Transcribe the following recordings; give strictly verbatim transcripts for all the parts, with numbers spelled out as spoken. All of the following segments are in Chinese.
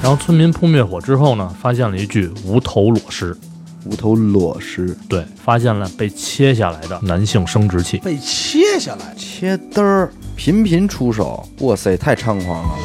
然后村民扑灭火之后呢，发现了一具无头裸尸。 无头裸尸， 对，发现了被切下来的男性生殖器。 被切下来， 切嘚儿，频频出手，哇塞，太猖狂了！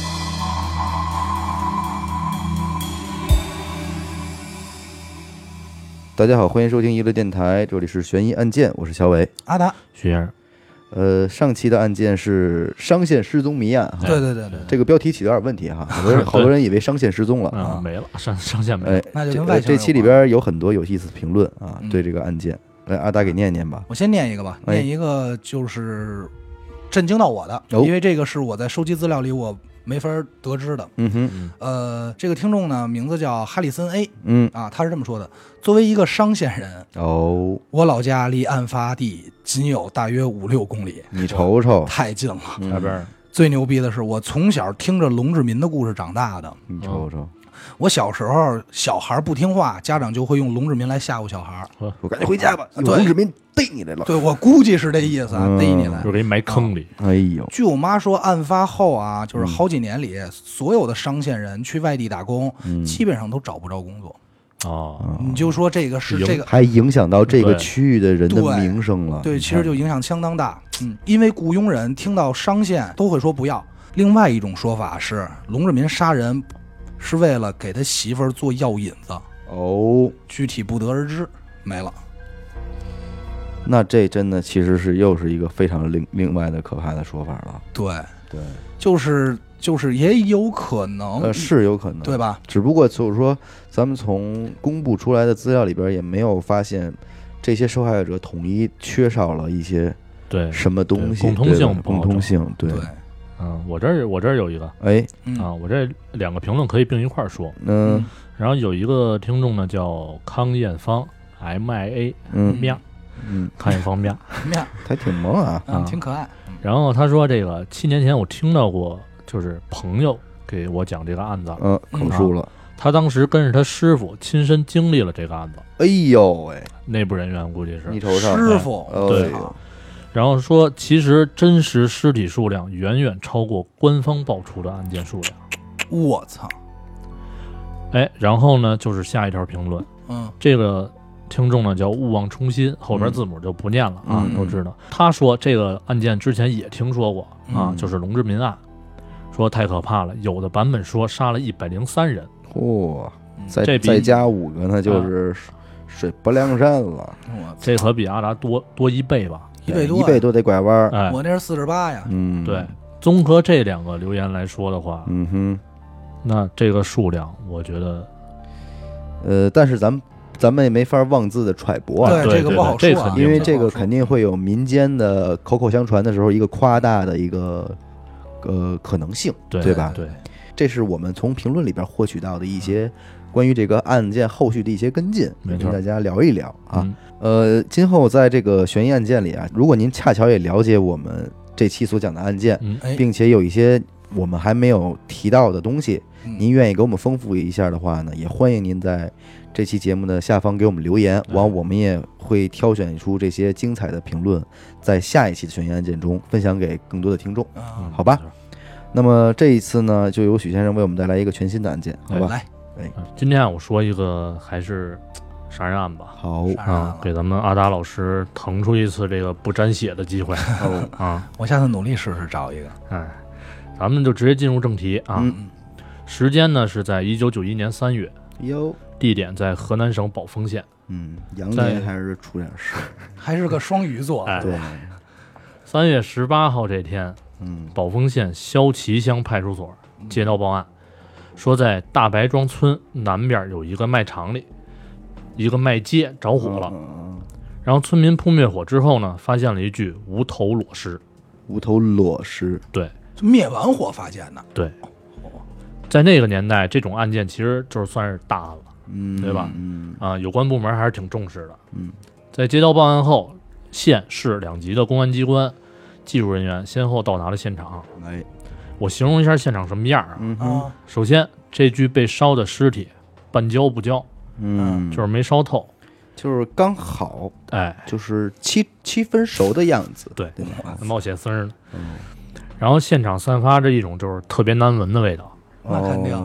大家好，欢迎收听娱乐电台，这里是悬疑案件，我是小伟， 阿达， 徐先生。 呃，上期的案件是商县失踪谜案， 对对对对， 这个标题起的有点问题哈，好多人好多人以为商县失踪了啊，没了，上上线没了。 哎， 那就跟外这期里边有很多有意思的评论啊，对这个案件，来阿达给念念吧。 我先念一个吧，念一个就是震惊到我的，因为这个是我在收集资料里我没法得知的。 嗯哼， 呃，这个听众呢名字叫哈里森 A， 嗯啊，他是这么说的：作为一个商县人， 哦， 我老家离案发地仅有大约五六公里， 你瞅瞅， 太近了。 那边、 嗯、最牛逼的是，我从小听着龙志民的故事长大的。 你瞅瞅， 我小时候小孩不听话，家长就会用龙志民来吓唬小孩， 我赶紧回家吧，龙志民逮你来了。 对，我估计是这意思啊， 嗯、 逮你来， 就给你埋坑里。 哎呦， 据我妈说，案发后啊，就是好几年里，嗯、所有的商县人去外地打工，嗯、基本上都找不着工作。 哦， 你就说这个是这个， 还影响到这个区域的人的名声了。 对，对其实就影响相当大。嗯，因为雇佣人听到商县都会说不要。另外一种说法是，龙志民杀人是为了给他媳妇儿做药引子。 哦， 具体不得而知，没了。 那这真的其实是又是一个非常另另外的可怕的说法了。 对对， 就是就是也有可能， 呃，是有可能， 对吧？ 只不过就是说，咱们从公布出来的资料里边也没有发现这些受害者统一缺少了一些对什么东西共通性， 共通性，对。 对嗯，我这儿我这儿有一个， 哎， 啊，我这两个评论可以并一块儿说。 嗯， 然后有一个听众呢叫康艳芳 M I A， 嗯， 喵， 嗯， 康艳芳喵， 喵， 还挺萌啊， 嗯，挺可爱。 然后他说这个七年前我听到过，就是朋友给我讲这个案子， 嗯，口述了。 他当时跟着他师傅亲身经历了这个案子。 哎呦喂， 内部人员估计是你瞅瞅， 师傅对。然后说，其实真实尸体数量远远超过官方爆出的案件数量。 我操！ 哎，然后呢，就是下一条评论， 嗯， 这个听众呢叫勿忘初心，后边字母就不念了、嗯、啊，都知道。他说这个案件之前也听说过啊， 嗯、 就是龙志民案，说太可怕了，有的版本说杀了一百零三人， 嚯、哦，再这再加五个那就是水泊梁山了， 啊、 这可比阿达多多一倍吧。 一倍多， 一倍多得拐弯、 哎， 我那是四十八呀。 嗯， 对，综合这两个留言来说的话， 嗯哼， 那这个数量，我觉得， 呃，但是咱们咱们也没法妄自的揣摩啊， 对，这个不好说、啊， 因为这个肯定会有民间的口口相传的时候一个夸大的一个呃可能性， 对对吧？ 对， 这是我们从评论里边获取到的一些关于这个案件后续的一些跟进，跟大家聊一聊啊。 嗯呃，今后在这个悬疑案件里啊，如果您恰巧也了解我们这期所讲的案件， 嗯、 并且有一些我们还没有提到的东西， 嗯、 您愿意给我们丰富一下的话呢，也欢迎您在这期节目的下方给我们留言，完我们也会挑选出这些精彩的评论，在下一期的悬疑案件中分享给更多的听众， 嗯、 好吧？那么这一次呢，就由许先生为我们带来一个全新的案件，好吧？ 来， 哎， 今天我说一个还是杀人案吧， 好啊，给咱们阿达老师腾出一次这个不沾血的机会哦啊！ 我下次努力试试找一个。 哎，咱们就直接进入正题啊。 嗯、 时间呢是在一九九一年三月， 哟， 地点在河南省宝丰县。 嗯，羊年还是出点事， 还是个双鱼座。 哎， 对。 三月十八号这天， 嗯， 宝丰县肖旗乡派出所接到报案，说在大白庄村南边有一个卖场里。一个卖街着火了， 嗯、 然后村民扑灭火之后呢，发现了一具无头裸尸。 无头裸尸， 对， 灭完火发现的。 对，在那个年代，这种案件其实就是算是大案了， 嗯， 对吧？ 嗯啊，有关部门还是挺重视的。 嗯， 在接到报案后，县市两级的公安机关、技术人员先后到达了现场。 哎， 我形容一下现场什么样啊？ 嗯哼， 首先，这具被烧的尸体半焦不焦。 嗯， 就是没烧透， 就是刚好， 哎， 就是七七分熟的样子， 对， 对吧？ 冒血丝呢。 嗯， 然后现场散发着一种就是特别难闻的味道。 那肯定。 哦、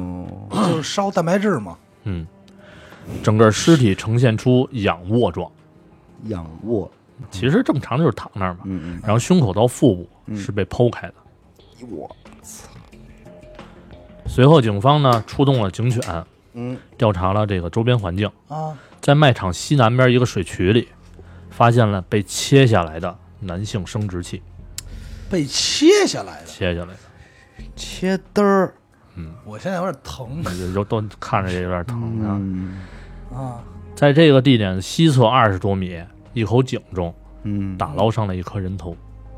就是烧蛋白质嘛。 嗯，整个尸体呈现出仰卧状， 仰卧， 其实正常就是躺那儿嘛。 嗯然后胸口到腹部嗯是被剖开的。 嗯，我， 随后警方呢出动了警犬， 嗯调查了这个周边环境， 啊， 在卖场西南边一个水渠里，发现了被切下来的男性生殖器， 被切下来的。 切下来的， 切嘚儿， 我现在有点疼有都看着也有点疼啊。 嗯啊。 在这个地点西侧二十多米，一口井中嗯， 打捞上了一颗人头。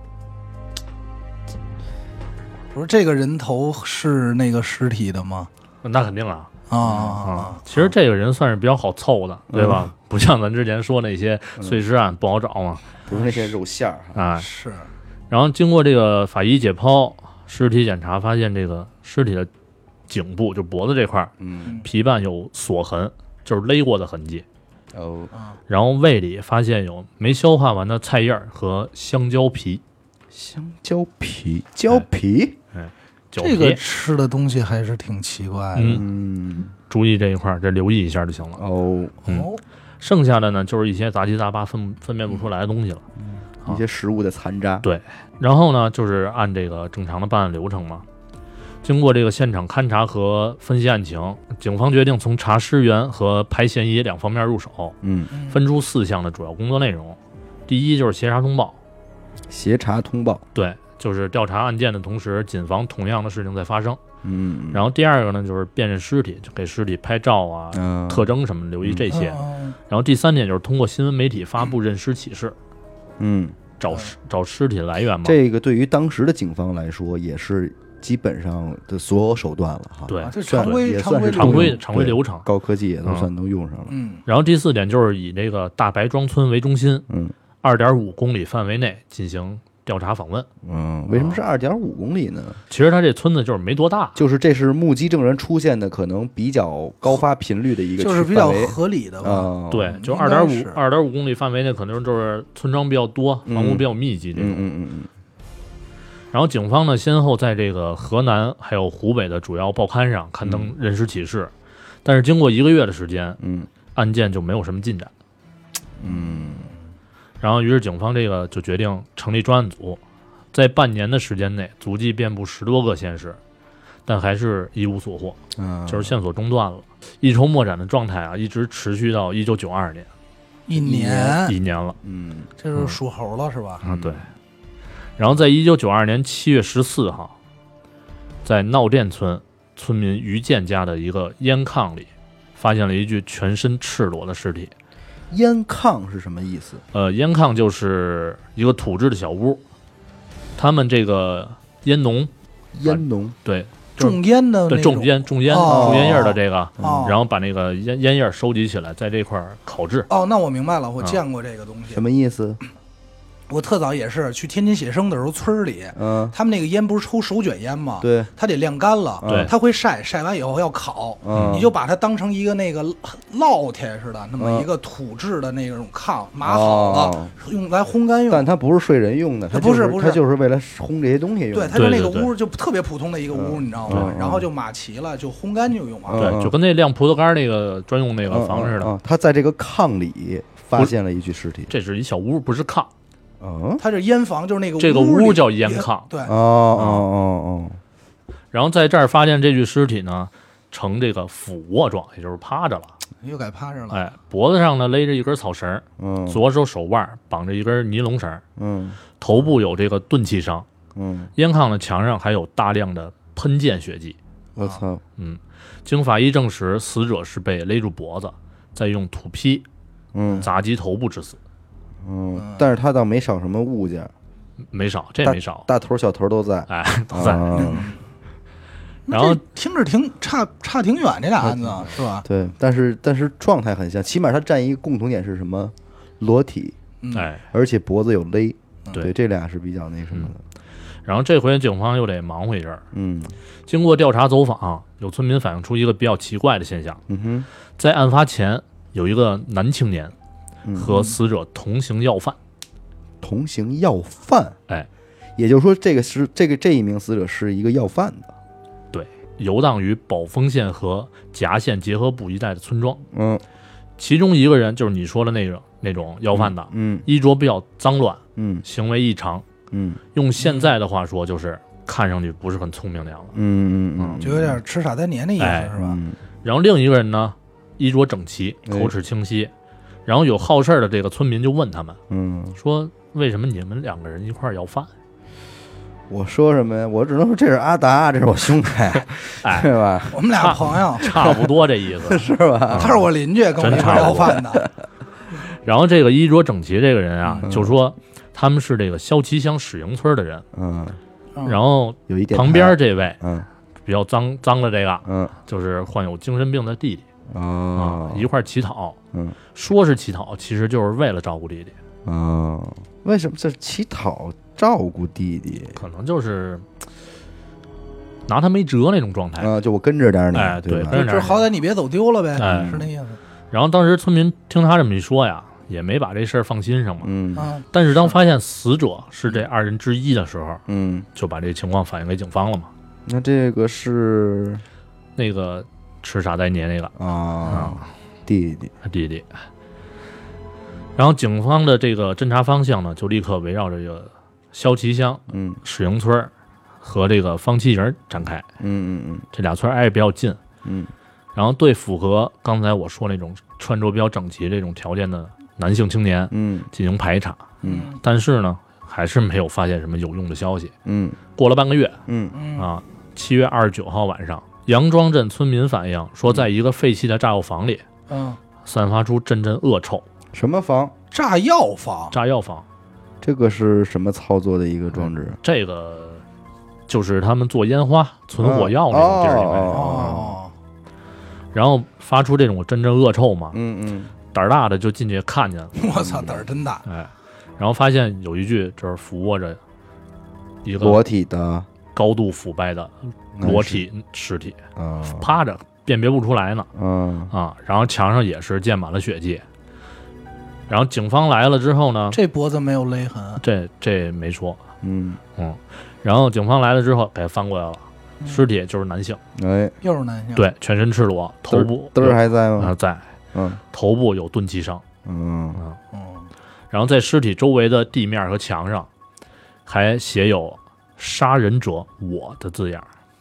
不是这个人头是那个尸体的吗？ 那肯定啊啊啊！其实这个人算是比较好凑的，对吧？不像咱之前说那些碎尸案不好找嘛。 不是那些肉馅儿哈， 啊， 是然后经过这个法医解剖、尸体检查，发现这个尸体的颈部就脖子这块儿嗯皮瓣有锁痕，就是勒过的痕迹。 哦， 啊， 然后胃里发现有没消化完的菜叶儿和香蕉皮， 香蕉皮，蕉皮， 酒这个皮。 吃的东西还是挺奇怪的。 嗯， 嗯注意这一块儿，这留意一下就行了。 哦， 嗯哦， 剩下的呢，就是一些杂七杂八分分辨不出来的东西了。 一些食物的残渣， 对然后呢，就是按这个正常的办案流程嘛。经过这个现场勘查和分析案情，警方决定从查尸源和排嫌疑两方面入手， 嗯， 嗯分出四项的主要工作内容。第一就是协查通报， 协查通报， 对，就是调查案件的同时，谨防同样的事情在发生。 嗯， 然后第二个呢，就是辨认尸体，就给尸体拍照啊、 嗯特征什么的，留意这些。 嗯然后第三点就是通过新闻媒体发布认尸启事， 嗯， 找尸找尸体的来源嘛。 这个对于当时的警方来说，也是基本上的所有手段了哈。 对啊，这算常规也算是常规流常规流程。 高科技也都算都用上了。 嗯然后第四点就是以这个大白庄村为中心， 嗯二点五公里范围内进行调查访问。 嗯，为什么是二点五公里呢？ 其实它这村子就是没多大， 就是这是目击证人出现的可能比较高发频率的一个就是比较范围合理的吧。 啊， 对，就应二点五该是二点五公里范围内，可能就是村庄比较多， 嗯房屋比较密集这种。 嗯嗯嗯然后警方呢，先后在这个河南还有湖北的主要报刊上刊登认尸启事，但是经过一个月的时间， 嗯案件就没有什么进展。 嗯然后，于是警方这个就决定成立专案组，在半年的时间内，足迹遍布十多个县市，但还是一无所获， 嗯， 就是线索中断了，一筹莫展的状态啊，一直持续到一九九二年， 一年， 一年了嗯这就是属猴了是吧？ 啊，对。然后在一九九二年七月十四号，在闹店村村民于建家的一个烟炕里，发现了一具全身赤裸的尸体。 烟炕是什么意思？ 呃，烟炕就是一个土制的小屋，他们这个烟农， 烟农对，就是种烟的对那种种烟种烟哦种烟叶儿的这个， 哦然后把那个烟烟叶儿收集起来，在这块儿烤制。 哦，那我明白了，我啊见过这个东西什。么意思？ 我特早也是去天津写生的时候，村儿里嗯， 他们那个烟不是抽手卷烟吗？， 对， 它得晾干了， 对它会晒，晒完以后要烤， 嗯， 你就把它当成一个那个烙铁似的，那么嗯一个土制的那种炕，码好了， 哦用来烘干用。 但它不是睡人用的，它就不是不是它就是为了烘这些东西用对， 的。 它就那个对对对屋就特别普通的一个屋， 嗯你知道吗嗯？ 然后就码齐了，就烘干就用完了。 嗯对，就跟那晾葡萄干儿那个专用那个房似的。 嗯嗯嗯他在这个炕里发现了一具尸体。 这是一小屋，不是炕。 嗯， 它这烟房就是那个这个屋里屋叫烟炕对， 哦哦然后在这儿发现这具尸体呢，呈这个俯卧状，也就是趴着了。 又该趴着了。 哎，脖子上呢勒着一根草绳儿， 哦，嗯， 左手手腕绑着一根尼龙绳儿， 嗯头部有这个钝器伤。 嗯， 烟炕的墙上还有大量的喷溅血迹。 我操， 嗯，经法医证实，死者是被勒住脖子，再用土坯嗯砸击头部致死， 嗯，但是他倒没少什么物件， 没少，这没少。 大头小头都在， 哎，都在。 啊然后那这听着挺差差挺远，这俩案子是吧？ 对，但是但是状态很像，起码它占一个共同点是什么？裸体， 嗯， 哎， 而且脖子有勒， 对对，这俩是比较那什么的。 然后这回警方又得忙活一阵儿。 嗯经过调查走访，有村民反映出一个比较奇怪的现象： 嗯哼， 在案发前，有一个男青年嗯和死者同行要饭。 同行要饭， 哎， 也就是说，这个是这个这一名死者是一个要饭的， 游荡于宝丰县和夹县结合部一带的村庄。 嗯， 其中一个人就是你说的那个那种要饭的， 嗯， 衣着比较脏乱， 嗯行为异常， 嗯用现在的话说就是看上去不是很聪明的样子。 嗯嗯嗯， 就有点吃傻呆年的意思， 哎是吧？ 嗯然后另一个人呢，衣着整齐，口齿清晰。然后有好事的这个村民就问他们嗯， 说：“为什么你们两个人一块儿要饭我说什么呀？我只能说这是阿达，这是我兄弟， 哎对吧？ 我们俩朋友？”， 差不多这意思。 是吧？ 他是我邻居，跟我一块儿要饭的。 然后这个衣着整齐这个人啊， 嗯就说他们是这个萧旗乡史营村的人。 嗯， 嗯然后有一点旁边这位嗯比较脏脏的这个， 嗯就是患有精神病的弟弟哦啊，一块儿乞讨。 嗯说是乞讨，其实就是为了照顾弟弟， 哦，为什么这乞讨照顾弟弟可能就是拿他没辙那种状态。 啊？就我跟着点儿你， 哎对吧？ 对跟着就是好歹你别走丢了呗， 哎是那意思。 然后当时村民听他这么一说呀，也没把这事儿放心上嘛。 嗯啊， 但是当发现死者是这二人之一的时候， 嗯， 就把这情况反映给警方了嘛。 那这个是那个吃傻呆年那个啊弟弟， 弟弟。然后警方的这个侦查方向呢，就立刻围绕着这个萧旗乡、 嗯史营村和这个方七营展开。 嗯嗯这俩村挨得比较近， 嗯然后对符合刚才我说那种穿着比较整齐这种条件的男性青年嗯进行排查， 嗯但是呢，还是没有发现什么有用的消息。 嗯过了半个月嗯嗯啊，七月二十九号晚上，杨庄镇村民反映说，在一个废弃的炸药房里嗯， 散发出阵阵恶臭。 什么房？ 炸药房， 炸药房这个是什么操作的一个装置？ 这个就是他们做烟花、存火药那种地儿，应该是。 哦， 然后发出这种阵阵恶臭嘛， 嗯嗯胆儿大的就进去看见了， 我操，胆儿真大。 哎，然后发现有一具这儿俯卧着一个裸体的高度腐败的裸体尸体， 啊， 趴着辨别不出来呢嗯啊，然后墙上也是溅满了血迹。然后警方来了之后呢， 这脖子没有勒痕， 这这没说， 嗯嗯，然后警方来了之后给他翻过来了，尸体就是男性， 哎， 又是男性。， 对，全身赤裸，头部嘚儿还在啊、 吗？ 在， 嗯头部有钝器伤嗯啊， 嗯， 然后在尸体周围的地面和墙上还写有“杀人者我”的字样。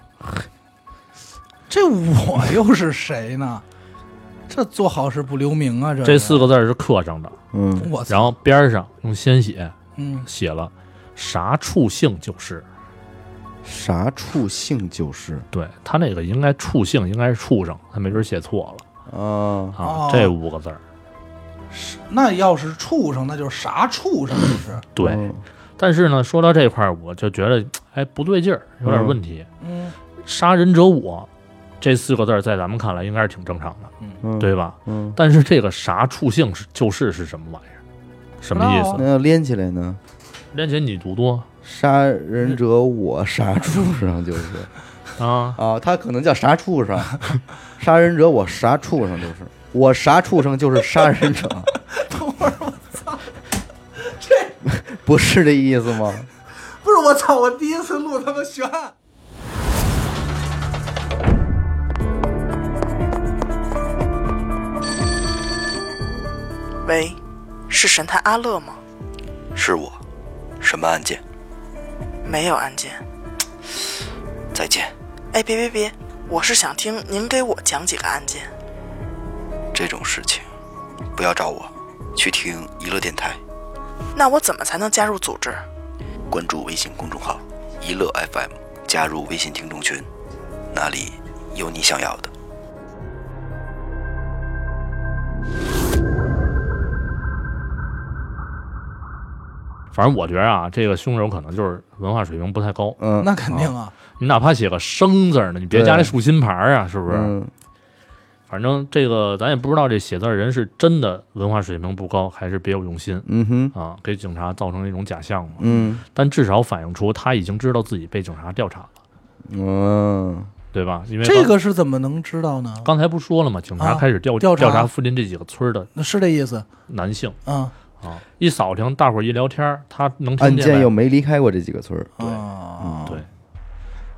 这我又是谁呢？这做好事不留名啊！这这四个字儿是刻上的， 嗯我操， 然后边上用鲜血嗯， 写了“啥畜性就是”。 啥畜性就是对他那个应该畜性应该是畜生，他没准写错了啊啊， 哦这五个字儿。 那要是畜生，那就是啥畜生就是。 对， 嗯但是呢，说到这块儿，我就觉得哎不对劲儿，有点问题。 嗯杀人者我这四个字儿在咱们看来应该是挺正常的， 嗯对吧？ 嗯， 但是这个啥畜性是就是是什么玩意儿？什么意不知道思？ 那要连起来呢？ 连姐你读读杀人者我，杀畜生就是啊， 啊，他可能叫啥畜生？杀人者我，啥畜生就是我，啥畜生就是杀人者。 等会儿我操， 不是这意思吗？ 不是我操，我第一次录他妈悬案。 喂，是神探阿乐吗？ 是我，什么案件？ 没有案件。 再见。 哎，别别别，我是想听您给我讲几个案件。 这种事情，不要找我，去听娱乐电台， 那我怎么才能加入组织？ 关注微信公众号“娱乐 F M”，加入微信听众群，那里有你想要的。 反正我觉得啊，这个凶手可能就是文化水平不太高。 嗯， 那肯定啊， 你哪怕写个生字儿呢，你别加那竖心牌儿啊，是不是？ 嗯反正这个咱也不知道这写字儿人是真的文化水平不高，还是别有用心嗯哼啊，给警察造成一种假象嘛。 嗯但至少反映出他已经知道自己被警察调查了， 嗯对吧？因为这刚个是怎么能知道呢？ 刚才不说了吗？警察啊开始调、 调查查附近这几个村儿的那是这意思。 男性嗯啊，一扫听，大伙儿一聊天儿，他能听案见呗件又没离开过这几个村儿。 啊， 对。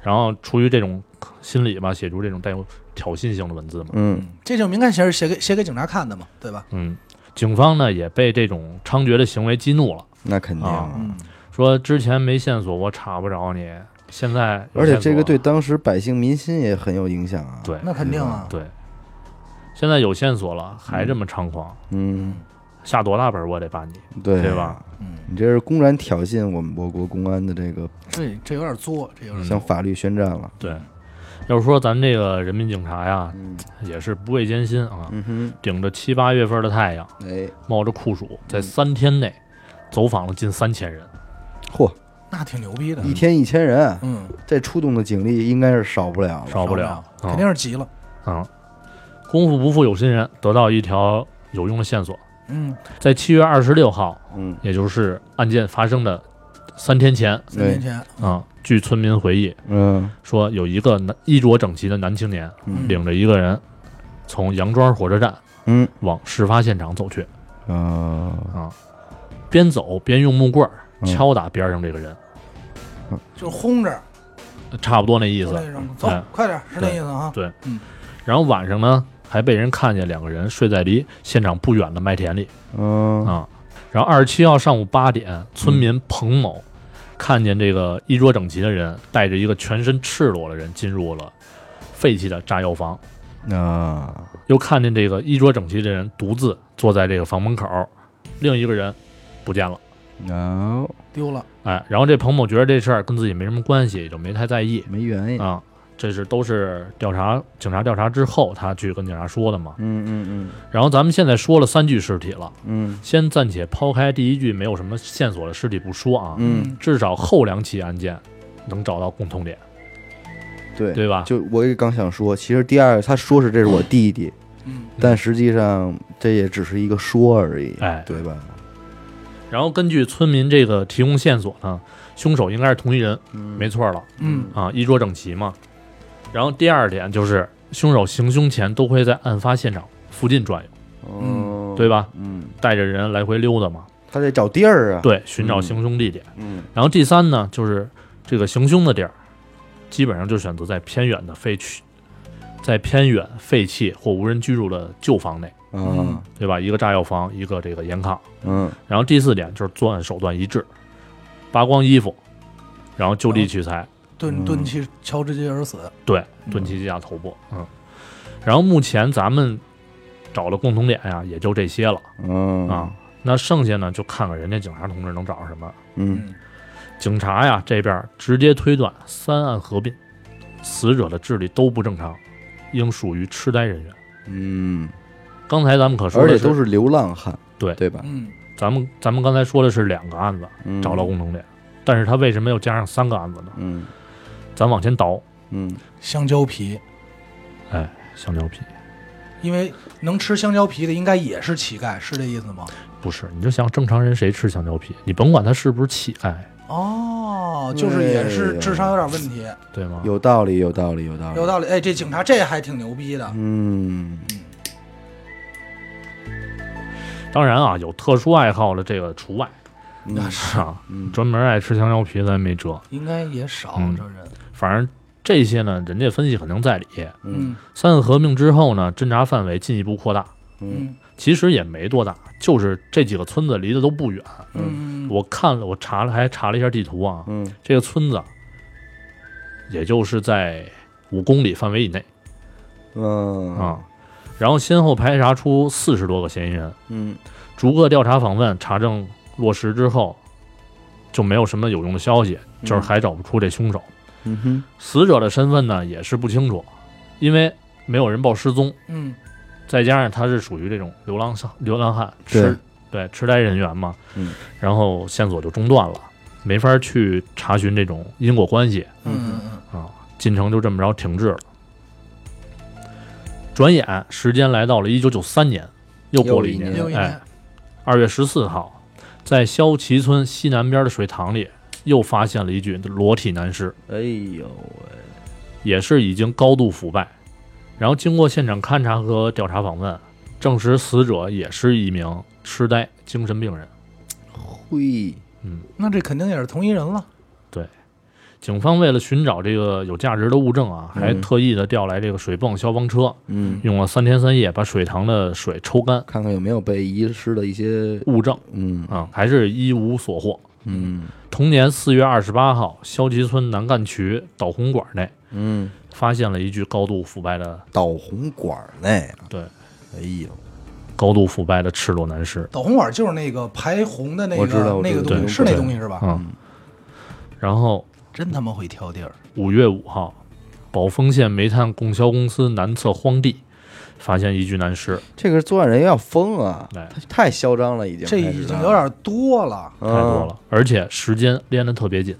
然后出于这种心理吧，写出这种带有挑衅性的文字嘛。 嗯这就明显写写给写给警察看的嘛，对吧？ 嗯，警方呢也被这种猖獗的行为激怒了， 那肯定啊嗯， 说之前没线索我查不着你，现在有而且线索这个对当时百姓民心也很有影响啊。 对那肯定啊， 对，现在有线索了还这么猖狂， 嗯， 下多大本我得把你， 对对吧？ 嗯， 你这是公然挑衅我们我国公安的这个这这有点作，这有点向法律宣战了。 对，要是说咱这个人民警察呀， 嗯也是不畏艰辛啊， 嗯哼， 顶着七八月份的太阳， 哎， 冒着酷暑，在三天内走访了近三千人。 嚯， 那挺牛逼的， 一天一千人， 嗯， 这出动的警力应该是少不了了。 少不了， 肯定是急了， 啊、功夫不负有心人，得到一条有用的线索。 嗯， 在七月二十六号， 嗯， 也就是案件发生的三天前三年前， 啊，据村民回忆嗯说，有一个男衣着整齐的男青年嗯领着一个人从杨庄火车站嗯往事发现场走去， 啊， 啊，边走边用木棍儿嗯敲打边上这个人， 就轰着， 差不多那意思。 就那种走哎， 快点，是那意思啊， 对， 嗯， 然后晚上呢，还被人看见两个人睡在离现场不远的麦田里嗯啊。然后二十七号上午八点，村民彭某看见这个衣着整齐的人带着一个全身赤裸的人进入了废弃的炸药房， 啊， 又看见这个衣着整齐的人独自坐在这个房门口，另一个人不见了。 然后丢了， 哎，然后这彭某觉得这事儿跟自己没什么关系，也就没太在意没原因。 啊。这是都是调查警察调查之后，他去跟警察说的嘛。 嗯嗯然后咱们现在说了三具尸体了， 嗯先暂且抛开第一具没有什么线索的尸体不说啊， 嗯至少后两起案件能找到共同点， 嗯，对对吧？ 就我也刚想说，其实第二他说是这是我弟弟， 嗯， 但实际上这也只是一个说而已， 哎对吧？ 然后根据村民这个提供线索呢，凶手应该是同一人， 嗯没错了嗯啊，衣着整齐嘛。然后第二点就是凶手行凶前都会在案发现场附近转悠， 哦， 对吧？ 嗯， 带着人来回溜达嘛， 他得找地儿啊。， 对，寻找行凶地点。 嗯然后第三呢，就是这个行凶的地儿，基本上就选择在偏远的废墟，在偏远废弃或无人居住的旧房内， 啊对吧？一个炸药房，一个这个盐炕。 嗯然后第四点就是作案手段一致，扒光衣服，然后就地取材， 钝钝器敲直接而死， 对，钝器击下头部，嗯。然后目前咱们找了共同点呀，也就这些了嗯啊。那剩下呢，就看看人家警察同志能找着什么。 嗯警察呀这边直接推断三案合并，死者的智力都不正常，应属于痴呆人员。 嗯， 刚才咱们可说的而且都是流浪汉， 对对吧？ 嗯， 咱们咱们刚才说的是两个案子嗯找到共同点，但是他为什么又加上三个案子呢？ 嗯咱往前倒， 嗯香蕉皮， 哎，香蕉皮因为能吃香蕉皮的应该也是乞丐，是这意思吗？ 不是，你就想正常人谁吃香蕉皮？你甭管他是不是乞丐， 哦，就是也是智商有点问题， 对吗？ 有道理，有道理，有道理， 有道理。哎，这警察这还挺牛逼的， 嗯当然啊，有特殊爱好的这个除外嗯啊， 嗯专门爱吃香蕉皮咱没辙。 应该也少嗯这人。 反正这些呢，人家分析肯定在理。 嗯三案合并之后呢，侦查范围进一步扩大， 嗯其实也没多大，就是这几个村子离得都不远。 嗯， 我看了，我查了，还查了一下地图啊， 嗯这个村子也就是在五公里范围以内嗯啊。然后先后排查出四十多个嫌疑人， 嗯逐个调查访问查证落实之后，就没有什么有用的消息，就是还找不出这凶手。 嗯哼死者的身份呢也是不清楚，因为没有人报失踪， 嗯再加上他是属于这种流浪上流浪汉， 对痴对痴呆人员嘛， 嗯， 然后线索就中断了，没法去查询这种因果关系嗯嗯啊，进程就这么着停滞了。转眼时间来到了一九九三年，又过了一年， 又一年哎又一年，， 二月十四号，在萧旗村西南边的水塘里，又发现了一具裸体男尸， 哎呦喂， 也是已经高度腐败。然后经过现场勘查和调查访问，证实死者也是一名痴呆精神病人。 嘿， 嗯， 那这肯定也是同一人了。 警方为了寻找这个有价值的物证啊，还特意的调来这个水泵消防车， 嗯， 用了三天三夜把水塘的水抽干， 看看有没有被遗失的一些物证嗯啊，还是一无所获。 嗯同年四月二十八号，萧集村南干渠导红管内嗯， 发现了一具高度腐败的导红管内， 对， 哎呦， 高度腐败的赤裸男尸。 导红管就是那个排红的那我知道个那个我知道东西，是那东西是吧？ 嗯，然后真他妈会挑地儿。 五月五号，宝丰县煤炭供销公司南侧荒地发现一具男尸， 这个作案人要疯啊， 哎他太嚣张了，已经这开始已经有点多了。 太多了，而且时间连得特别近。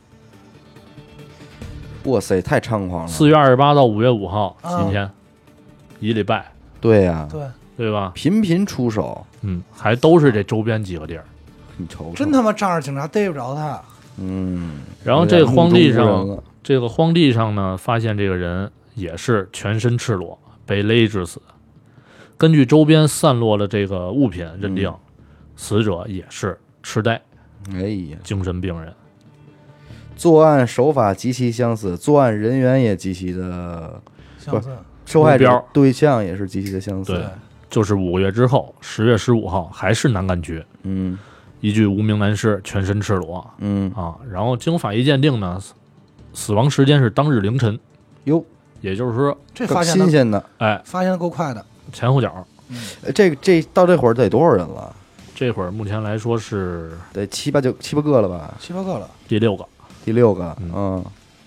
哇塞，太猖狂了。 四月二十八到五月五号， 啊几天，一礼拜， 对呀、 对， 对吧？ 频频出手， 嗯，还都是这周边几个地儿。 你瞅瞅， 真他妈仗着警察逮不着他。 嗯。 然后这个荒地有点目中无上人了， 这个荒地上呢，发现这个人也是全身赤裸，被勒致死。根据周边散落的这个物品认定， 嗯死者也是痴呆哎呀， 精神病人。 作案手法极其相似，作案人员也极其的， 相似。 受害者目标对象也是极其的相似。 对，就是五个月之后，十月十五号，还是南干局， 嗯一具无名男尸，全身赤裸嗯， 啊。然后经法医鉴定呢，死死亡时间是当日凌晨， 哟， 也就是说， 这更发现的新鲜的。 哎， 发现的够快的。 前后脚。 呃这这到这会儿得多少人了？ 这会儿目前来说是得七八九七八个了吧？ 七八个了。 第六个。 第六个， 嗯嗯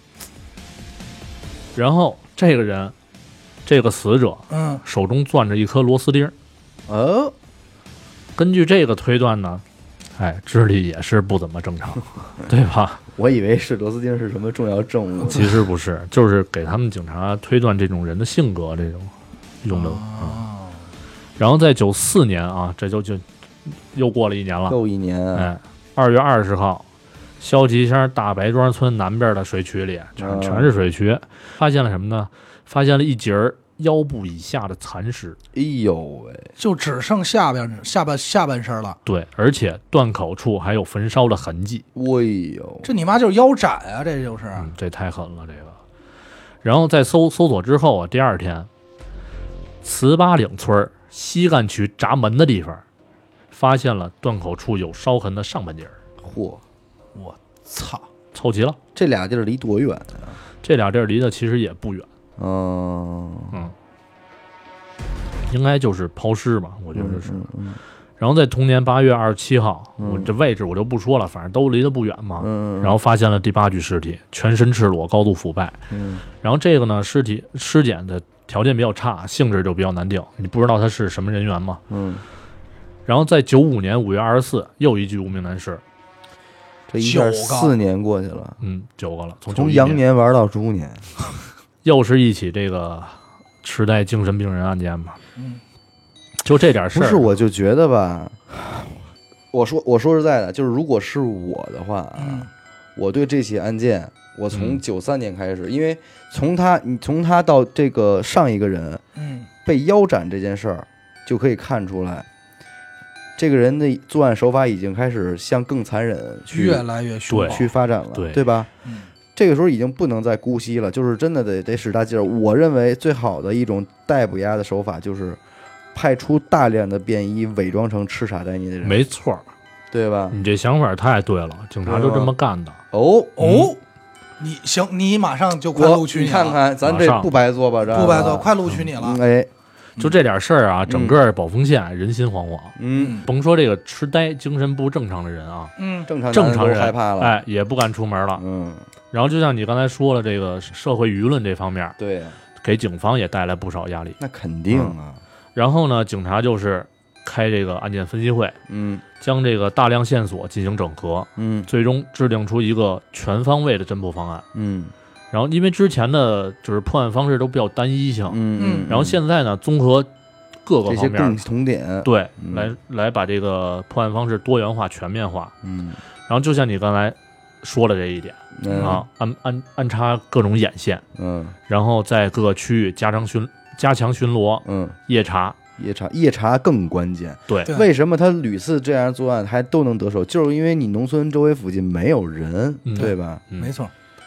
然后这个人，这个死者嗯， 手中攥着一颗螺丝钉儿。 哦， 根据这个推断呢，哎，智力也是不怎么正常，对吧？ 我以为是螺丝钉是什么重要证物。 其实不是，就是给他们警察推断这种人的性格这种用的。嗯、 哦， 然后在九四年啊，这就就又过了一年了。 又一年啊， 哎，二月二十号，萧集乡大白庄村南边的水渠里，全、 嗯全是水渠，发现了什么呢？发现了一截儿腰部以下的残尸。 哎呦喂， 就只剩下边下半下半身了。 对，而且断口处还有焚烧的痕迹。 哎呦， 这你妈就是腰斩啊！这就是。 嗯，这太狠了，这个。然后在搜搜索之后啊，第二天，糍粑岭村西干渠闸门的地方，发现了断口处有烧痕的上半截儿， 嚯， 我操！ 凑齐了。 这俩地儿离多远啊？ 这俩地儿离得其实也不远， 嗯， 嗯，应该就是抛尸吧，我觉得是。 嗯嗯然后在同年八月二十七号， 嗯我这位置我就不说了，反正都离得不远嘛。 嗯， 然后发现了第八具尸体，全身赤裸，高度腐败。 嗯然后这个呢，尸体尸检的条件比较差，性质就比较难定，你不知道他是什么人员嘛。 嗯， 然后在九五年五月二十四，又一具无名男尸， 这一下九个四年过去了， 嗯，九个了，从从 91 羊年玩到猪年。 又是一起这个痴呆精神病人案件嘛。 嗯， 就这点事儿， 不是，我就觉得吧，我说我说实在的，就是如果是我的话啊， 嗯我对这起案件，我从嗯九三年开始，因为从他你从他到这个上一个人嗯， 被腰斩这件事儿，就可以看出来，这个人的作案手法已经开始向更残忍去越来越凶暴。 对去发展了， 对对吧？ 嗯， 这个时候已经不能再姑息了，就是真的得得使大劲儿。我认为最好的一种逮捕压的手法就是派出大量的便衣，伪装成痴傻呆腻的人， 没错儿， 对吧？ 你这想法太对了，警察就这么干的。 哦， 哦，你行，你马上就快录我取了， 你看看，咱这马上不白做吧？这不白做，快录取你了嗯。哎， 就这点事儿啊，整个宝丰县人心惶惶。 嗯， 甭说这个痴呆、精神不正常的人啊， 嗯， 正常男都正常人害怕了， 哎，也不敢出门了。 嗯， 然后就像你刚才说了，这个社会舆论这方面， 对， 给警方也带来不少压力。 那肯定啊， 然后呢，警察就是开这个案件分析会， 嗯将这个大量线索进行整合， 嗯最终制定出一个全方位的侦破方案。 嗯然后因为之前的就是破案方式都比较单一性， 嗯， 然后现在呢，综合各个这些共方面， 同点， 对， 嗯来来把这个破案方式多元化、全面化。 嗯然后就像你刚才说的这一点、 嗯啊，安安安插各种眼线， 嗯然后在各个区域加强巡加强巡逻、 嗯， 夜查。 夜查夜查更关键。 对， 对为什么他屡次这样作案还都能得手？就是因为你农村周围附近没有人， 嗯对吧？ 嗯没错。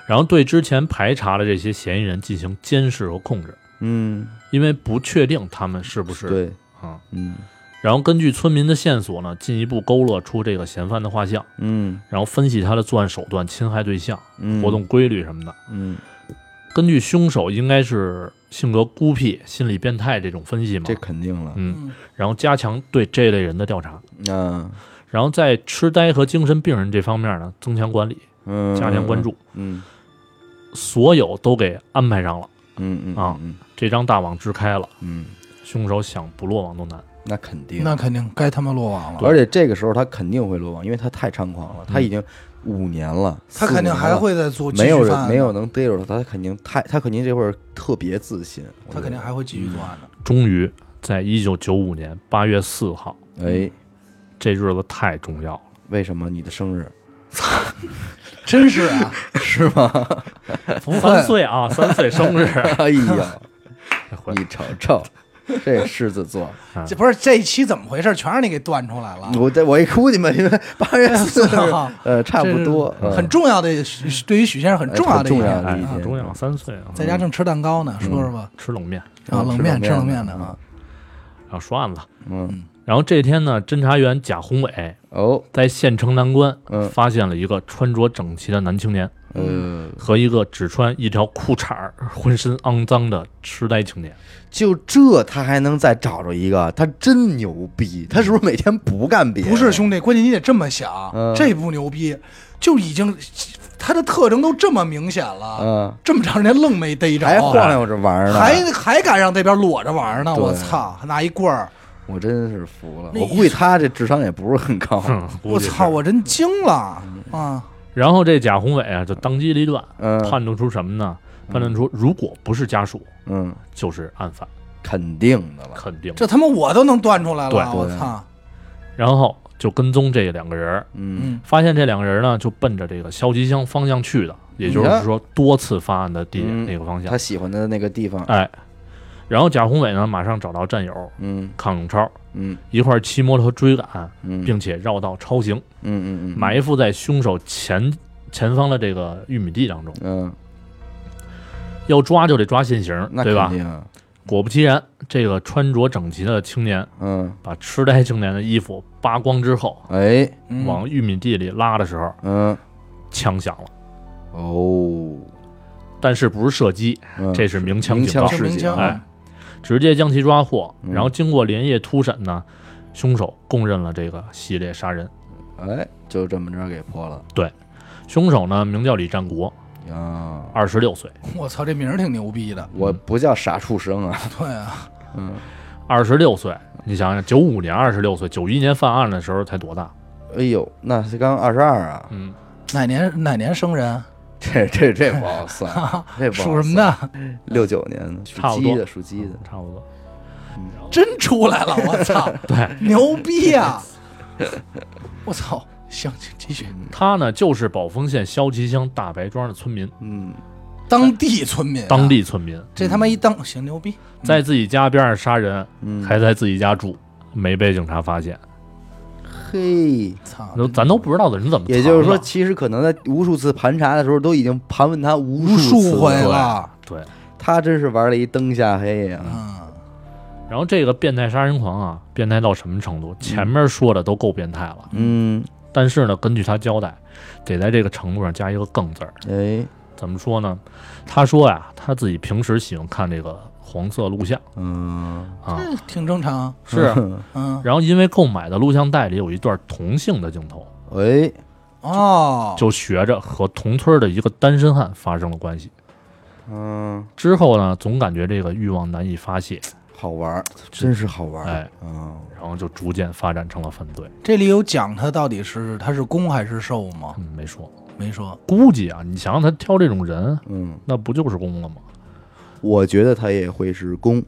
然后对之前排查的这些嫌疑人进行监视和控制， 嗯， 因为不确定他们是不是对， 啊。 嗯然后根据村民的线索呢，进一步勾勒出这个嫌犯的画像， 嗯然后分析他的作案手段、侵害对象、 嗯， 活动规律什么的。 嗯， 根据凶手应该是性格孤僻、心理变态这种分析嘛， 这肯定了， 嗯，然后加强对这类人的调查， 嗯然后在痴呆和精神病人这方面呢，增强管理， 嗯， 加强关注， 嗯所有都给安排上了， 嗯嗯啊嗯这张大网支开了， 嗯， 凶手想不落网都难。 那肯定， 那肯定该他妈落网了。 而且这个时候他肯定会落网，因为他太猖狂了，他已经五年了， 他肯定还会再做继没有续犯， 人没有能逮着他，他肯定太他肯定这会儿特别自信， 他肯定还会继续作案的。 终于在一九九五年八月四号， 哎， 这日子太重要了， 为什么你的生日真是啊， 是吗？ 不会三岁啊，三岁生日， 哎呀， 回你瞅瞅，这狮子座， 这不是这一期怎么回事？全让你给断出来了。 我这我一估计嘛，因为八月四日啊， 呃，差不多， 这是嗯很重要的，许对于许先生很重要的一很重要天。 的一天哎，重要，三岁啊， 在家正吃蛋糕呢，说说吧， 吃冷面， 啊，冷面吃冷面的啊， 然后说案子。 嗯， 然后这天呢，侦查员贾宏伟哦， 在县城南关嗯发现了一个穿着整齐的男青年呃， 和一个只穿一条裤衩儿、浑身肮脏的痴呆青年。 就这他还能再找着一个，他真牛逼！他是不是每天不干别的？ 不是兄弟，关键你得这么想， 嗯这不牛逼，就已经他的特征都这么明显了， 嗯， 这么长时间愣没逮着， 还晃悠着玩呢， 还还敢让这边裸着玩呢， 对我操，还拿一棍儿， 我真是服了。 那我估计他这智商也不是很高。 哼，估计是我操，我真惊了啊！ 然后这贾宏伟啊，就当机立断， 嗯判断出什么呢？判断出如果不是家属， 嗯， 就是案犯， 肯定的了。 肯定。 这他妈我都能断出来对了，我对操！ 然后就跟踪这两个人， 嗯嗯发现这两个人呢，就奔着这个肖吉乡方向去的，也就是说多次发案的地点嗯那个方向他。喜欢的那个地方。 哎，然后贾宏伟呢，马上找到战友嗯康永超， 嗯一块儿骑摩托追赶， 嗯， 并且绕道超行， 嗯嗯嗯， 埋伏在凶手前前方的这个玉米地当中。 嗯， 要抓就得抓现行， 那对吧肯？定啊。 果不其然，这个穿着整齐的青年嗯， 把痴呆青年的衣服扒光之后， 哎， 嗯往玉米地里拉的时候， 嗯， 枪响了， 哦， 但是不是射击， 嗯这是鸣枪警告鸣枪，示警是鸣枪， 哎，直接将其抓获。 嗯然后经过连夜突审呢，凶手供认了这个系列杀人。 哎，就这么着给破了凶手呢名叫李占国， 呀。 二十六岁。 我操，这名儿挺牛逼的。 我不叫傻畜生啊。 对啊， 嗯， 二十六岁，你想想，九五年二十六岁，九一年犯案的时候才多大？ 哎呦，那是刚二十二啊。 嗯， 哪年哪年生人？ 这这这不好算，这不好属什么算？ 的？ 六九年的，属差不多鸡的，属鸡的。 差不多。 真出来了！我操， 对， 牛逼呀！我操，行，请继续。 他呢就是宝丰县肖旗乡大白庄的村民， 嗯， 当地村民啊， 当地村民， 这他妈一当行牛逼， 在自己家边上杀人， 嗯还在自己家住，没被警察发现， 嘿， 操， 都咱都不知道的人怎么藏的。 也就是说，其实可能在无数次盘查的时候，都已经盘问他无无数次数回了。 了。 对。 他真是玩了一灯下黑呀、 嗯， 然后这个变态杀人狂啊，变态到什么程度？前面说的都够变态了， 嗯， 但是呢，根据他交代，得在这个程度上加一个“更”字儿。 哎， 怎么说呢？他说呀，他自己平时喜欢看这个黄色录像嗯， 啊， 这挺正常。 是。 嗯， 然后因为购买的录像带里有一段同性的镜头， 哎， 哦， 就学着和同村的一个单身汉发生了关系。 嗯， 之后呢，总感觉这个欲望难以发泄， 好玩儿，真是好玩儿。 哎， 嗯， 然后就逐渐发展成了犯罪。 这里有讲他到底是他是攻还是受吗？ 嗯，没说， 没说。 估计啊，你想想他挑这种人， 嗯， 那不就是公了吗？ 我觉得他也会是攻，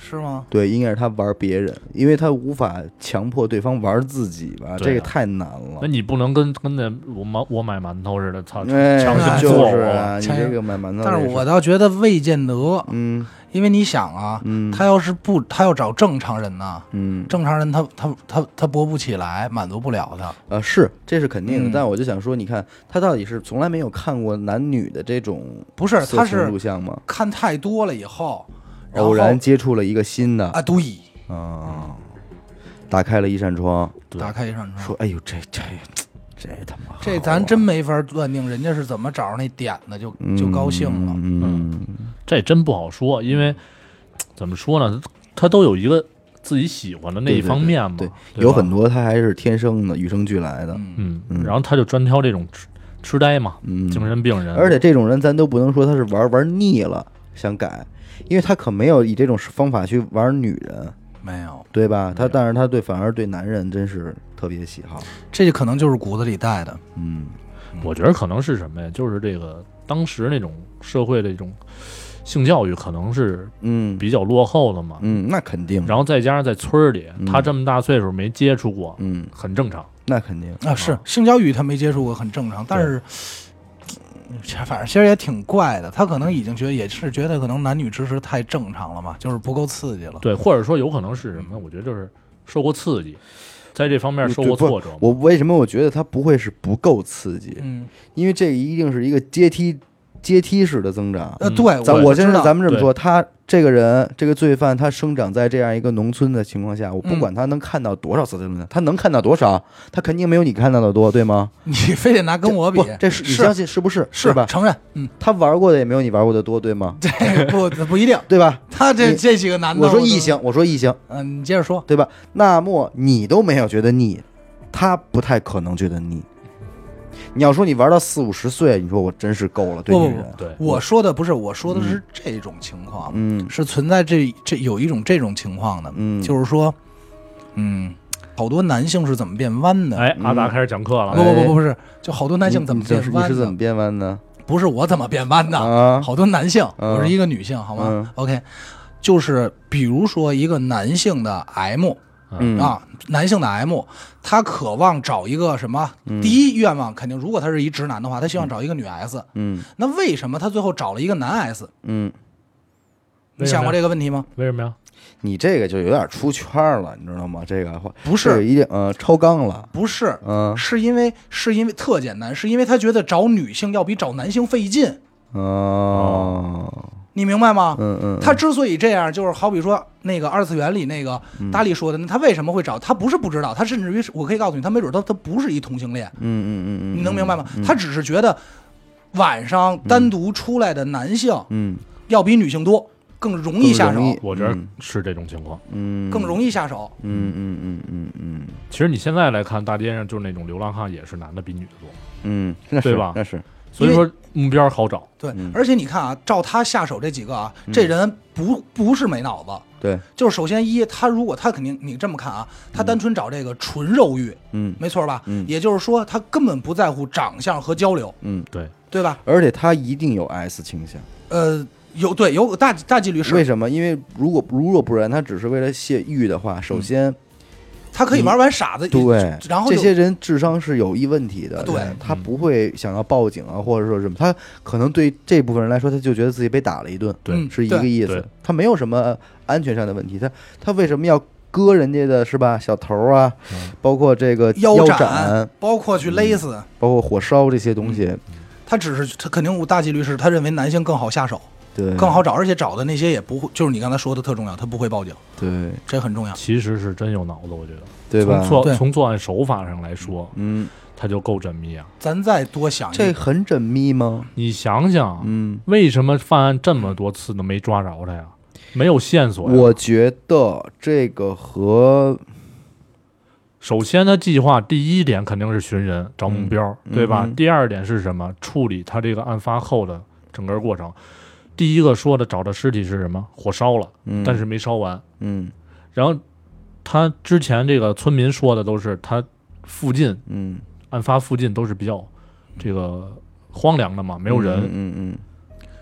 是吗？ 对，应该是他玩别人，因为他无法强迫对方玩自己吧， 对啊这个太难了那。你不能跟跟那我馒我买馒头似的，操， 哎， 强行就做我。 是啊，你强这个买馒头这事儿， 但是我倒觉得未见得， 嗯因为你想啊， 嗯， 他要是不，他要找正常人呢， 嗯正常人他他他他搏不起来，满足不了他。 呃是这是肯定的， 嗯但我就想说，你看他到底是从来没有看过男女的这种不是， 色情他是录像吗？ 看太多了以后，然后偶然接触了一个新的啊，对， 啊，打开了一扇窗， 对打开一扇窗， 说：“哎呦，这这这他妈好啊， 这咱真没法断定人家是怎么找着那点的，就就高兴了。 嗯， 这真不好说，因为怎么说呢，他都有一个自己喜欢的那一方面嘛， 对， 对吧有很多他还是天生的，与生俱来的， 嗯， 嗯， 嗯然后他就专挑这种痴痴呆嘛， 嗯， 精神病人， 而且这种人咱都不能说他是玩玩腻了想改，因为他可没有以这种方法去玩女人， 没有， 对吧？他没有但是他对反而对男人真是特别喜好， 这就可能就是骨子里带的。 嗯我觉得可能是什么呀？就是这个当时那种社会的这种性教育可能是嗯比较落后的嘛， 嗯，那肯定， 然后再加上在村儿里， 嗯他这么大岁数没接触过， 嗯， 很正常。 那肯定， 啊，是性教育他没接触过，很正常。但是，嗯反正其实也挺怪的。他可能已经觉得，也是觉得可能男女之时太正常了嘛，就是不够刺激了。 对，或者说有可能是什么？我觉得就是受过刺激，在这方面受过对不挫折嘛。 我为什么我觉得他不会是不够刺激？ 嗯， 因为这个一定是一个阶梯阶梯式的增长。 呃， 嗯对， 咱我先是知道咱们这么说，他这个人这个罪犯，他生长在这样一个农村的情况下，我不管他能看到多少次这种，他能看到多少，他肯定没有你看到的多，对吗？ 你非得拿跟我比不，，这是你相信是不是？ 是吧？ 承认，嗯， 他玩过的也没有你玩过的多，对吗？ 这不不一定。 对吧？ 他这你这几个男的，都我说异性，，我说异性， 嗯，你接着说。 对吧？那么你都没有觉得腻，他不太可能觉得腻。你要说你玩到四五十岁，你说我真是够了，对不不女人， 对， 我说的不是，我说的是这种情况， 嗯是存在这这有一种这种情况的， 嗯， 就是说，嗯，好多男性是怎么变弯的？ 哎， 嗯阿达开始讲课了。 不不不不不是，就好多男性怎么你你变弯的你是怎么？变弯的不是我怎么变弯的， 啊？ 好多男性， 嗯我是一个女性，好吗嗯 ？OK，就是比如说一个男性的 M 嗯啊，男性的 M，他渴望找一个什么？ 嗯第一愿望肯定，如果他是一直男的话，他希望找一个女 S。 嗯那为什么他最后找了一个男 S？ 嗯， 你想过这个问题吗？ 为什么呀？ 你这个就有点出圈了，你知道吗？这个话不这个是， 一定呃超纲了， 不是， 嗯是因为是因为特简单，是因为他觉得找女性要比找男性费劲， 哦， 你明白吗？ 嗯嗯， 他之所以这样，就是好比说那个二次元里那个嗯达利说的，那他为什么会找？他不是不知道，他甚至于是我可以告诉你，他没准他他不是一同性恋， 嗯嗯嗯嗯， 你能明白吗？ 嗯他只是觉得晚上单独出来的男性嗯要比女性多，更容易下手更容，易我觉得嗯是这种情况。 嗯更容易下手。 嗯嗯嗯嗯嗯其实你现在来看，大街上就是那种流浪汉，也是男的比女的多， 嗯，那是对吧那是， 所以说目标好找。 对嗯， 而且你看啊，照他下手这几个啊，这人不不是没脑子。 对， 就是首先一，他如果他肯定你这么看啊，他单纯找这个纯肉欲， 嗯没错吧？ 嗯也就是说，他根本不在乎长相和交流， 嗯， 对， 对吧？ 而且他一定有 S 倾向， 呃，有对有大大几率是， 为什么？因为如果如若不然，他只是为了泄欲的话，首先他可以玩玩傻子， 对， 然后就这些人智商是有一问题的， 对他不会想要报警啊，或者说什么，他可能对这部分人来说，他就觉得自己被打了一顿， 对嗯是一个意对思，他没有什么安全上的问题，他他为什么要割人家的是吧？小头啊， 嗯包括这个腰斩， 斩，包括去勒死， 包括火烧这些东西， 他只是他肯定大几率是他认为男性更好下手， 对， 更好找，而且找的那些也不会，就是你刚才说的特重要，他不会报警， 对这很重要。 其实是真有脑子，我觉得。 对吧从？作对从作案手法上来说， 嗯， 他就够缜密啊。 咱再多想一这很缜密吗？ 你想想， 嗯， 为什么犯案这么多次都没抓着他呀？没有线索呀。 我觉得这个和首先，他计划第一点肯定是寻人找目标， 嗯对吧？ 嗯第二点是什么？处理他这个案发后的整个过程。第一个说的找的尸体是什么？火烧了， 嗯， 但是没烧完。 嗯然后他之前这个村民说的都是他附近嗯， 案发附近都是比较这个荒凉的嘛，没有人。 嗯嗯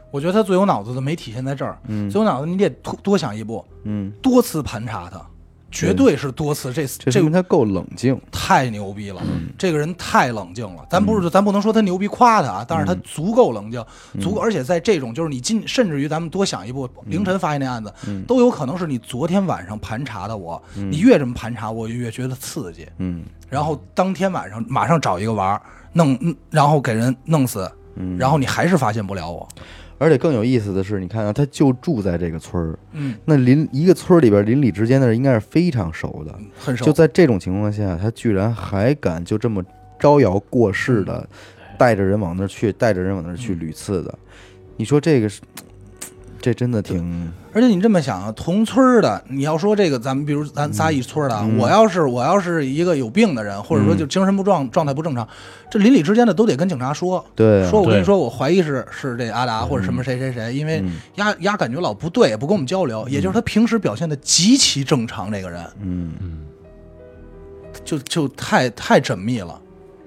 我觉得他最有脑子的没体现在这儿， 嗯最有脑子你得多多想一步， 嗯， 多次盘查他，绝对是多次，这这这说明他够冷静。 太牛逼了， 嗯这个人太冷静了。咱不是，咱不能说他牛逼夸他啊，但是他足够冷静， 嗯足够，而且在这种就是你今，甚至于咱们多想一步，凌晨发现那案子， 嗯都有可能是你昨天晚上盘查的我，你越这么盘查，我就越觉得刺激。 嗯然后当天晚上马上找一个玩儿弄，嗯然后给人弄死， 嗯， 然后你还是发现不了我。 而且更有意思的是，你看啊，他就住在这个村儿， 嗯， 那邻一个村儿里边邻里之间的人应该是非常熟的， 很熟。 就在这种情况下，他居然还敢就这么招摇过市的，带着人往那儿去，带着人往那儿去屡次的，你说这个是，这真的挺， 而且你这么想啊，同村的，你要说这个，咱们比如咱仨一村的， 嗯我要是我要是一个有病的人，或者说就精神不状状态不正常，这邻里之间的都得跟警察说， 对啊， 对说我跟你说，我怀疑是是这阿达或者什么谁谁谁，因为嗯丫丫感觉老不对，也不跟我们交流，也就是他平时表现的极其正常，这个人嗯， 嗯， 就就太太缜密了。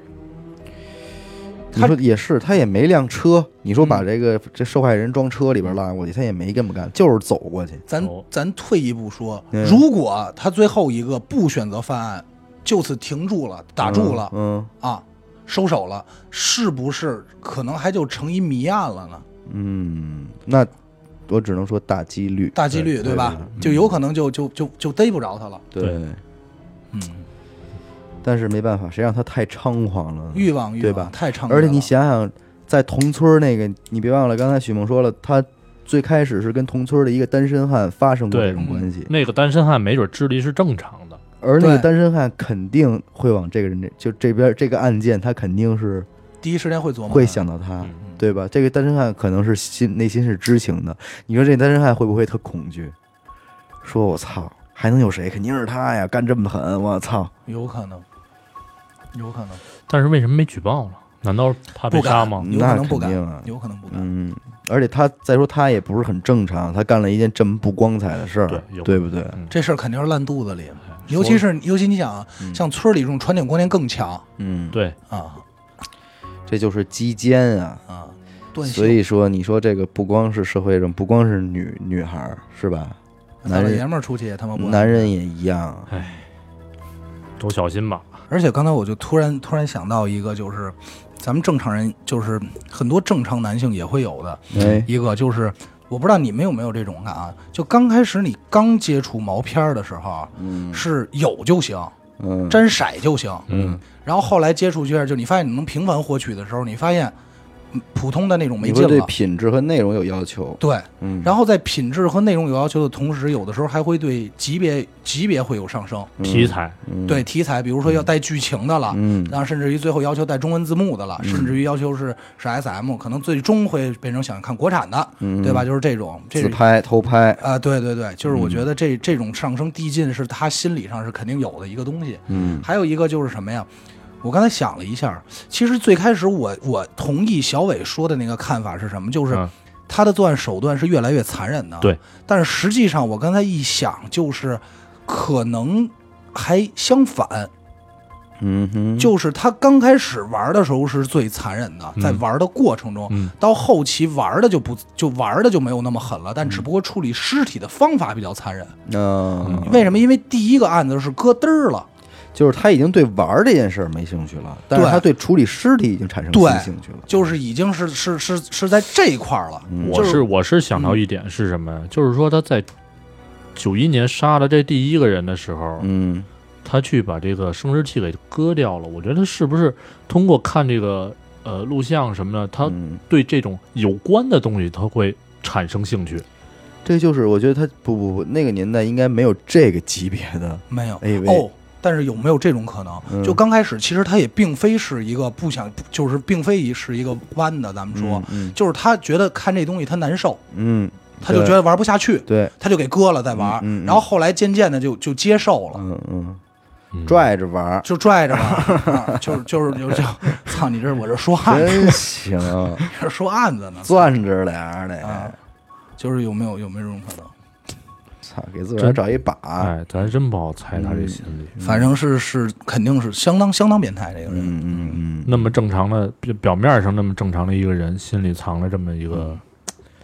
你说也是，他也没辆车，你说把这个这受害人装车里边拉过去，他也没这么干，就是走过去， 咱哦咱退一步说， 嗯如果他最后一个不选择犯案，就此停住了，打住了， 嗯啊，收手了，是不是可能还就成一谜案了呢？ 嗯，那我只能说大几率， 大几率对对吧？ 对就有可能就就就就逮不着他了。 对， 嗯， 但是没办法，谁让他太猖狂了呢？ 欲望欲望对吧太猖狂了。 而且你想想，在同村那个，你别忘了，刚才许梦说了，他最开始是跟同村的一个单身汉发生过对这种关系， 那个单身汉没准智力是正常的， 而那个对单身汉肯定会往这个人这就这边这个案件，他肯定是第一时间会琢磨， 会想到他， 嗯对吧？这个单身汉可能是心内心是知情的，你说这单身汉会不会特恐惧？说我操，还能有谁？肯定是他呀，干这么狠，我操！ 有可能，有可能但是为什么没举报呢？难道怕被不敢杀吗？ 有可能不敢那肯定啊， 有可能不敢。 嗯，而且他再说他也不是很正常，他干了一件这么不光彩的事儿， 对有对不对？ 嗯这事儿肯定是烂肚子里，尤其是尤其你想啊， 嗯像村里这种传统观念更强嗯， 对， 啊这就是基奸啊。 啊，断所以说，你说这个不光是社会上，不光是女女孩儿是吧？ 大老爷男人们儿出去也他妈不安男人也一样。 哎，都小心吧。 而且刚才我就突然突然想到一个，就是咱们正常人，就是很多正常男性也会有的哎， 一个，就是我不知道你们有没有这种感啊？就刚开始你刚接触毛片儿的时候啊， 嗯是有就行， 嗯， 沾色就行。 嗯， 然后后来接触一下，就你发现你能频繁获取的时候，你发现嗯普通的那种没你会对劲了。 品质和内容有要求。 对， 嗯， 然后在品质和内容有要求的同时，有的时候还会对级别级别会有上升。 嗯题材， 嗯对题材，比如说要带剧情的了， 嗯然后甚至于最后要求带中文字幕的了， 嗯甚至于要求是是 S M， 可能最终会变成想看国产的， 嗯， 对吧？就是这种，这自拍、偷拍。 啊、对对对，就是我嗯觉得这这种上升递进是他心理上是肯定有的一个东西。 嗯还有一个就是什么呀？我刚才想了一下，其实最开始我我同意小伟说的那个看法是什么？就是嗯他的作案手段是越来越残忍的。 对， 但是实际上我刚才一想，就是可能还相反， 嗯哼， 就是他刚开始玩的时候是最残忍的， 嗯在玩的过程中， 嗯到后期玩的就不就玩的就没有那么狠了，但只不过处理尸体的方法比较残忍。 嗯， 为什么？因为第一个案子是搁嘚儿了。 就是他已经对玩这件事儿没兴趣了，但是对他对处理尸体已经产生对新兴趣了。 就是已经是是是是在这一块儿了。 嗯我就是我是想到一点是什么呀？就是说他在九一年杀了这第一个人的时候， 嗯他去把这个生殖器给割掉了。我觉得是不是通过看这个呃录像什么的，他嗯， 对这种有关的东西他会产生兴趣？ 这就是我觉得他不不不，那个年代应该没有这个级别的。 没有 A V 哦，但是有没有这种可能？ 嗯就刚开始，其实他也并非是一个不想，就是并非是一个弯的。咱们说， 嗯就是他觉得看这东西他难受， 嗯， 他就觉得玩不下去， 对， 他就给割了再玩。 嗯嗯嗯然后后来渐渐的就就接受了。 嗯嗯， 嗯拽着玩儿， 就拽着玩，啊、就是就是就就，操你这我这说案子， 真行， 这说案子呢， 攥着俩得， 啊，就是有没有有没有这种可能？ 操，给自个儿找一把。 哎，咱真不好猜他这心理。 反正是是肯定是相当相当变态这个人。 嗯嗯嗯， 那么正常的表表面上那么正常的一个人，心里藏着这么一个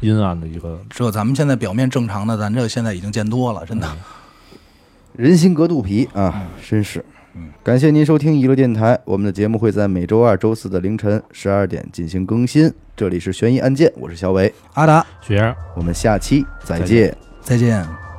阴暗的一个。 这咱们现在表面正常的，咱这现在已经见多了，真的。 人心隔肚皮啊，真是。感谢您收听娱乐电台，我们的节目会在每周二、周四的凌晨十二点进行更新。这里是悬疑案件，我是小伟， 阿达， 学， 我们下期再再见。 再见。